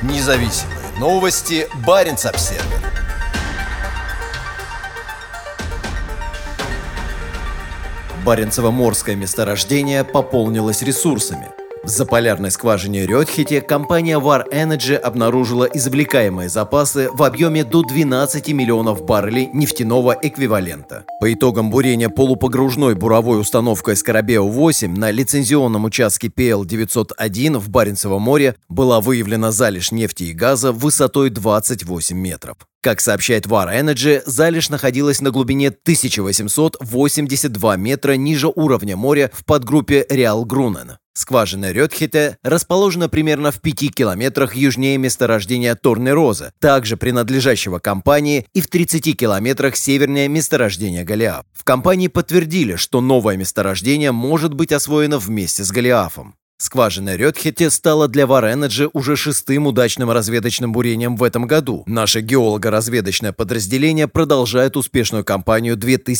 Независимые новости. Баренц-Обсервер. Баренцево-морское месторождение пополнилось ресурсами. В заполярной скважине Рёдхете компания Vår Energy обнаружила извлекаемые запасы в объеме до 12 миллионов баррелей нефтяного эквивалента. По итогам бурения полупогружной буровой установкой Скарабео-8 на лицензионном участке ПЛ-901 в Баренцевом море была выявлена залежь нефти и газа высотой 28 метров. Как сообщает Vår Energy, залежь находилась на глубине 1882 метра ниже уровня моря в подгруппе Реал-Грунен. Скважина Рёдхете расположена примерно в 5 километрах южнее месторождения Торне-Роза, также принадлежащего компании, и в 30 километрах севернее месторождения Голиаф. В компании подтвердили, что новое месторождение может быть освоено вместе с Голиафом. Скважина Рёдхете стала для Vår Energy уже 6-м удачным разведочным бурением в этом году. Наше геолого-разведочное подразделение продолжает успешную кампанию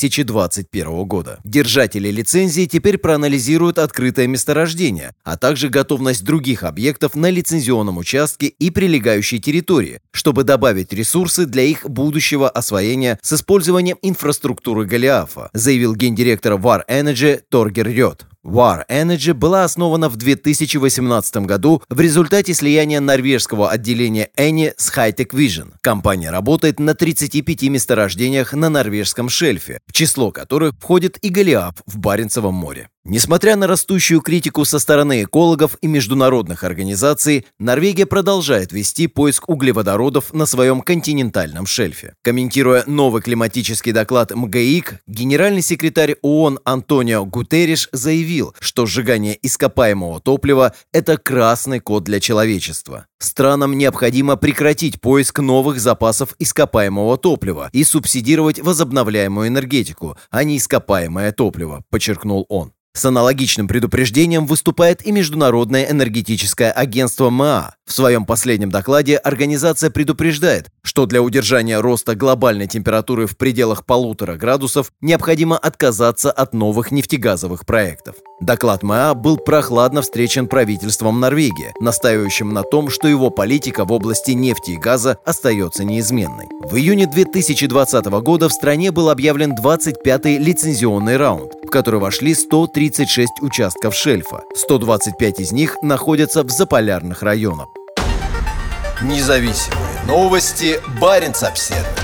2021 года. Держатели лицензии теперь проанализируют открытое месторождение, а также готовность других объектов на лицензионном участке и прилегающей территории, чтобы добавить ресурсы для их будущего освоения с использованием инфраструктуры Голиафа, заявил гендиректор Vår Energy Торгер Рёд. Vår Energy была основана в 2018 году в результате слияния норвежского отделения Eni с Hightech Vision. Компания работает на 35 месторождениях на норвежском шельфе, в число которых входит и Голиаф в Баренцевом море. Несмотря на растущую критику со стороны экологов и международных организаций, Норвегия продолжает вести поиск углеводородов на своем континентальном шельфе. Комментируя новый климатический доклад МГИК, генеральный секретарь ООН Антонио Гутерриш заявил, что сжигание ископаемого топлива – это красный код для человечества. Странам необходимо прекратить поиск новых запасов ископаемого топлива и субсидировать возобновляемую энергетику, а не ископаемое топливо, подчеркнул он. С аналогичным предупреждением выступает и Международное энергетическое агентство МАА. В своем последнем докладе организация предупреждает, что для удержания роста глобальной температуры в пределах 1,5 градусов необходимо отказаться от новых нефтегазовых проектов. Доклад МАА был прохладно встречен правительством Норвегии, настаивающим на том, что его политика в области нефти и газа остается неизменной. В июне 2020 года в стране был объявлен 25-й лицензионный раунд, в который вошли 136 участков шельфа. 125 из них находятся в заполярных районах. Независимые новости. Баренц-Обсервер.